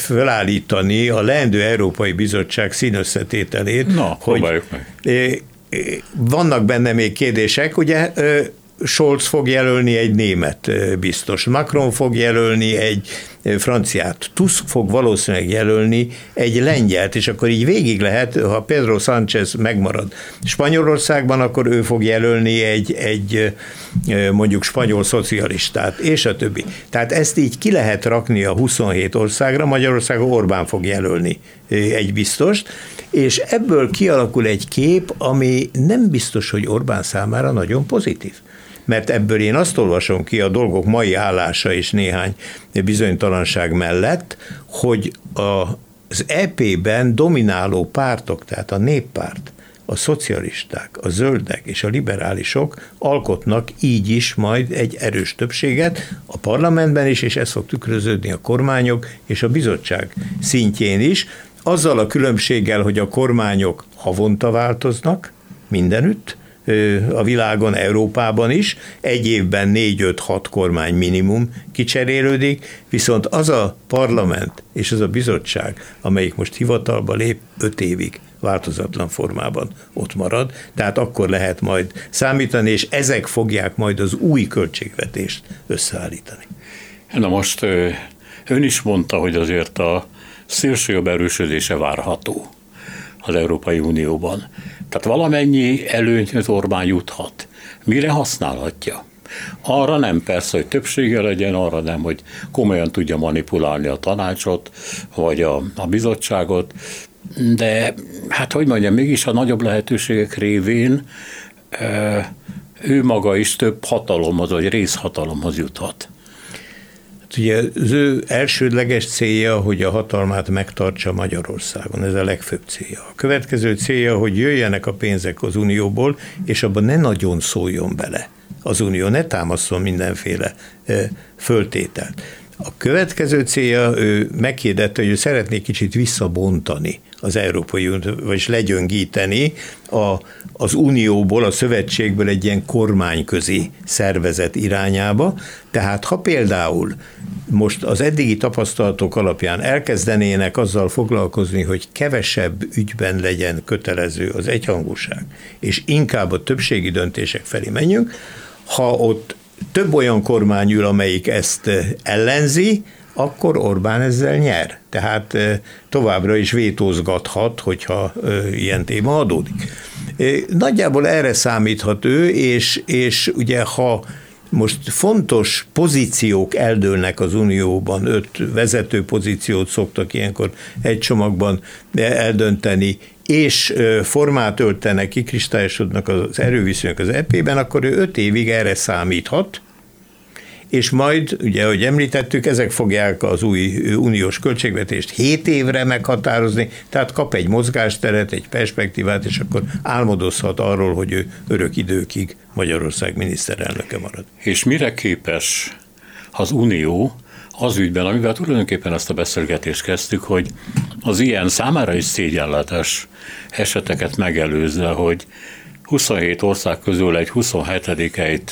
felállítani a leendő Európai Bizottság színösszetételét. Na, próbáljuk meg. vannak benne még kérdések, ugye Scholz fog jelölni egy német biztos, Macron fog jelölni egy franciát, Tusk fog valószínűleg jelölni egy lengyelt, és akkor így végig lehet, ha Pedro Sánchez megmarad Spanyolországban, akkor ő fog jelölni egy mondjuk spanyol szocialistát, és a többi. Tehát ezt így ki lehet rakni a 27 országra, Magyarországon Orbán fog jelölni egy biztost, és ebből kialakul egy kép, ami nem biztos, hogy Orbán számára nagyon pozitív. Mert ebből én azt olvasom ki a dolgok mai állása és néhány bizonytalanság mellett, hogy az EP-ben domináló pártok, tehát a Néppárt, a szocialisták, a zöldek és a liberálisok alkotnak így is majd egy erős többséget a parlamentben is, és ez fog tükröződni a kormányok és a bizottság szintjén is, azzal a különbséggel, hogy a kormányok havonta változnak mindenütt, a világon, Európában is, egy évben 4-5-6 kormány minimum kicserélődik, viszont az a parlament és az a bizottság, amelyik most hivatalba lép, 5 évig változatlan formában ott marad, tehát akkor lehet majd számítani, és ezek fogják majd az új költségvetést összeállítani. Na most ön is mondta, hogy azért a szélsőjobb erősödése várható az Európai Unióban. Tehát valamennyi előnyt az Orbán juthat. Mire használhatja? Arra nem persze, hogy többsége legyen, arra nem, hogy komolyan tudja manipulálni a tanácsot, vagy a bizottságot, de hát hogy mondjam, mégis a nagyobb lehetőségek révén ő maga is több hatalomhoz, vagy részhatalomhoz juthat. Ugye az ő elsődleges célja, hogy a hatalmát megtartsa Magyarországon, ez a legfőbb célja. A következő célja, hogy jöjjenek a pénzek az Unióból, és abban ne nagyon szóljon bele az Unió, ne támaszol mindenféle föltételt. A következő célja, ő meghirdette, hogy ő szeretné kicsit visszabontani az Európai Uniót, vagyis legyöngíteni az Unióból, a szövetségből egy ilyen kormányközi szervezet irányába. Tehát ha például most az eddigi tapasztalatok alapján elkezdenének azzal foglalkozni, hogy kevesebb ügyben legyen kötelező az egyhangúság, és inkább a többségi döntések felé menjünk, ha ott több olyan kormány ül, amelyik ezt ellenzi, akkor Orbán ezzel nyer. Tehát továbbra is vétózgathat, hogyha ilyen téma adódik. Nagyjából erre számíthat ő, és ugye ha most fontos pozíciók eldőlnek az Unióban, 5 vezető pozíciót szoktak ilyenkor egy csomagban eldönteni, és formát öltenek, kikristályosodnak az erőviszonyok az EP-ben, akkor ő 5 évig erre számíthat, és majd, ugye, ahogy említettük, ezek fogják az új uniós költségvetést 7 évre meghatározni, tehát kap egy mozgásteret, egy perspektívát, és akkor álmodozhat arról, hogy ő örök időkig Magyarország miniszterelnöke marad. És mire képes az Unió az ügyben, amivel tulajdonképpen ezt a beszélgetést kezdtük, hogy az ilyen számára is szégyenletes eseteket megelőzve, hogy 27 ország közül egy 27-eit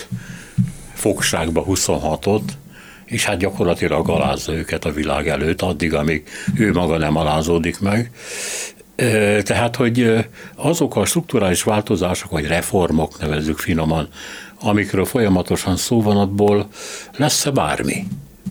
fogságba 26-ot, és hát gyakorlatilag alázza őket a világ előtt, addig, amíg ő maga nem alázódik meg. Tehát, hogy azok a strukturális változások, vagy reformok, nevezzük finoman, amikről folyamatosan szó van, abból lesz-e bármi?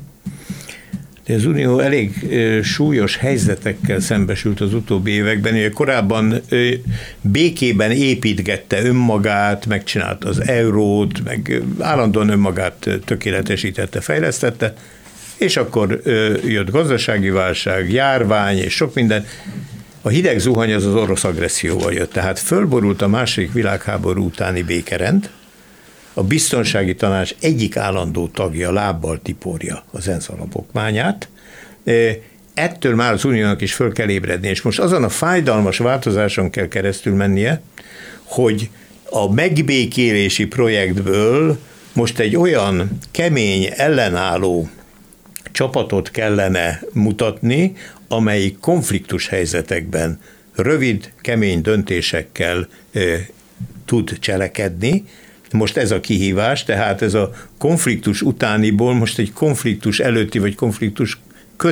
Az Unió elég súlyos helyzetekkel szembesült az utóbbi években. Korábban békében építgette önmagát, megcsinálta az eurót, meg állandóan önmagát tökéletesítette, fejlesztette, és akkor jött gazdasági válság, járvány és sok minden. A hideg zuhany az orosz agresszióval jött, tehát fölborult a második világháború utáni békerend, a biztonsági tanács egyik állandó tagja lábbal tiporja az ENSZ alapokmányát, ettől már az Uniónak is föl kell ébredni, és most azon a fájdalmas változáson kell keresztül mennie, hogy a megbékélési projektből most egy olyan kemény, ellenálló csapatot kellene mutatni, amelyik konfliktus helyzetekben rövid, kemény döntésekkel tud cselekedni. Most ez a kihívás, tehát ez a konfliktus utániból most egy konfliktus előtti vagy konfliktus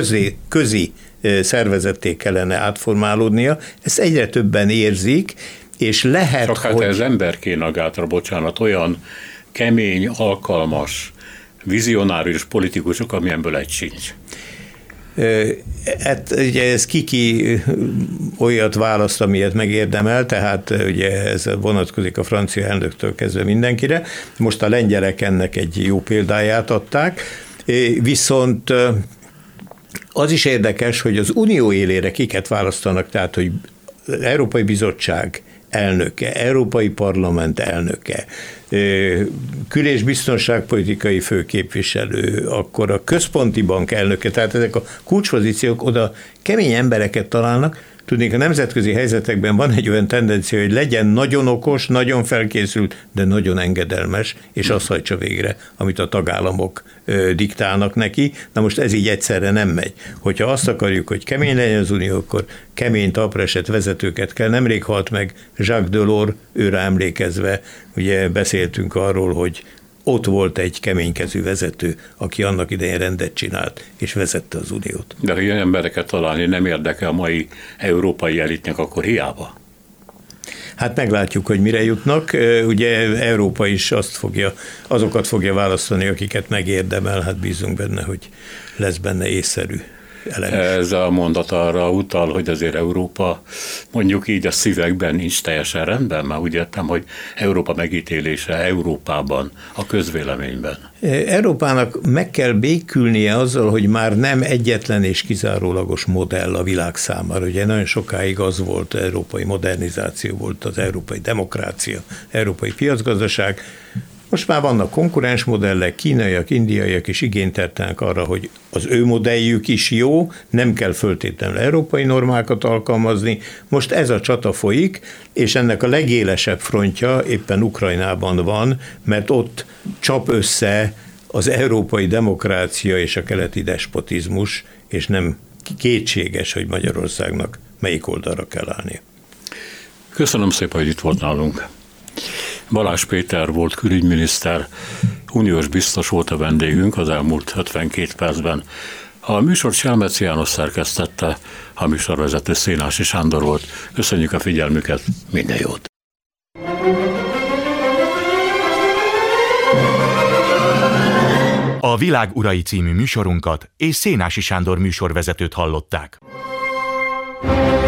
közi szervezetté kellene átformálódnia. Ezt egyre többen érzik, és lehet, csak hát ez emberkéne Gátra, bocsánat, olyan kemény, alkalmas, vizionárius politikusok, amilyenből egy sincs. Hát ugye ez ki olyat választ, amilyet megérdemel, tehát ugye ez vonatkozik a francia elnöktől kezdve mindenkire. Most a lengyelek ennek egy jó példáját adták, viszont az is érdekes, hogy az unió élére kiket választanak, tehát hogy az Európai Bizottság elnöke, Európai Parlament elnöke, kül- és biztonságpolitikai főképviselő, akkor a központi bank elnöke, tehát ezek a kulcspozíciók oda kemény embereket találnak. Tudnék, a nemzetközi helyzetekben van egy olyan tendencia, hogy legyen nagyon okos, nagyon felkészült, de nagyon engedelmes, és azt hajtsa végre, amit a tagállamok diktálnak neki. Na most ez így egyszerre nem megy. Hogyha azt akarjuk, hogy kemény legyen az unió, akkor kemény talpra esett vezetőket kell. Nemrég halt meg Jacques Delors, őre emlékezve, ugye beszéltünk arról, hogy ott volt egy keménykezű vezető, aki annak idején rendet csinált, és vezette az uniót. De ha ilyen embereket találni nem érdekel a mai európai elitnek, akkor hiába. Hát meglátjuk, hogy mire jutnak. Ugye Európa is azokat fogja választani, akiket megérdemel, hát bízunk benne, hogy lesz benne észszerű elem. Ez a mondat arra utal, hogy azért Európa mondjuk így a szívekben nincs teljesen rendben, mert úgy értem, hogy Európa megítélése Európában, a közvéleményben. Európának meg kell békülnie azzal, hogy már nem egyetlen és kizárólagos modell a világ számára. Ugye nagyon sokáig az volt, európai modernizáció volt, az európai demokrácia, európai piacgazdaság. Most már vannak konkurens modellek, kínaiak, indiaiak is igényteltenek arra, hogy az ő modelljük is jó, nem kell föltétlenül európai normákat alkalmazni. Most ez a csata folyik, és ennek a legélesebb frontja éppen Ukrajnában van, mert ott csap össze az európai demokrácia és a keleti despotizmus, és nem kétséges, hogy Magyarországnak melyik oldalra kell állnia. Köszönöm szépen, hogy itt volt nálunk. Balázs Péter volt külügyminiszter, uniós biztos volt a vendégünk az elmúlt 52 percben. A műsort Selmeci János szerkesztette, a műsorvezető Szénási Sándor volt. Köszönjük a figyelmüket, minden jót! A Világ urai című műsorunkat és Szénási Sándor műsorvezetőt hallották.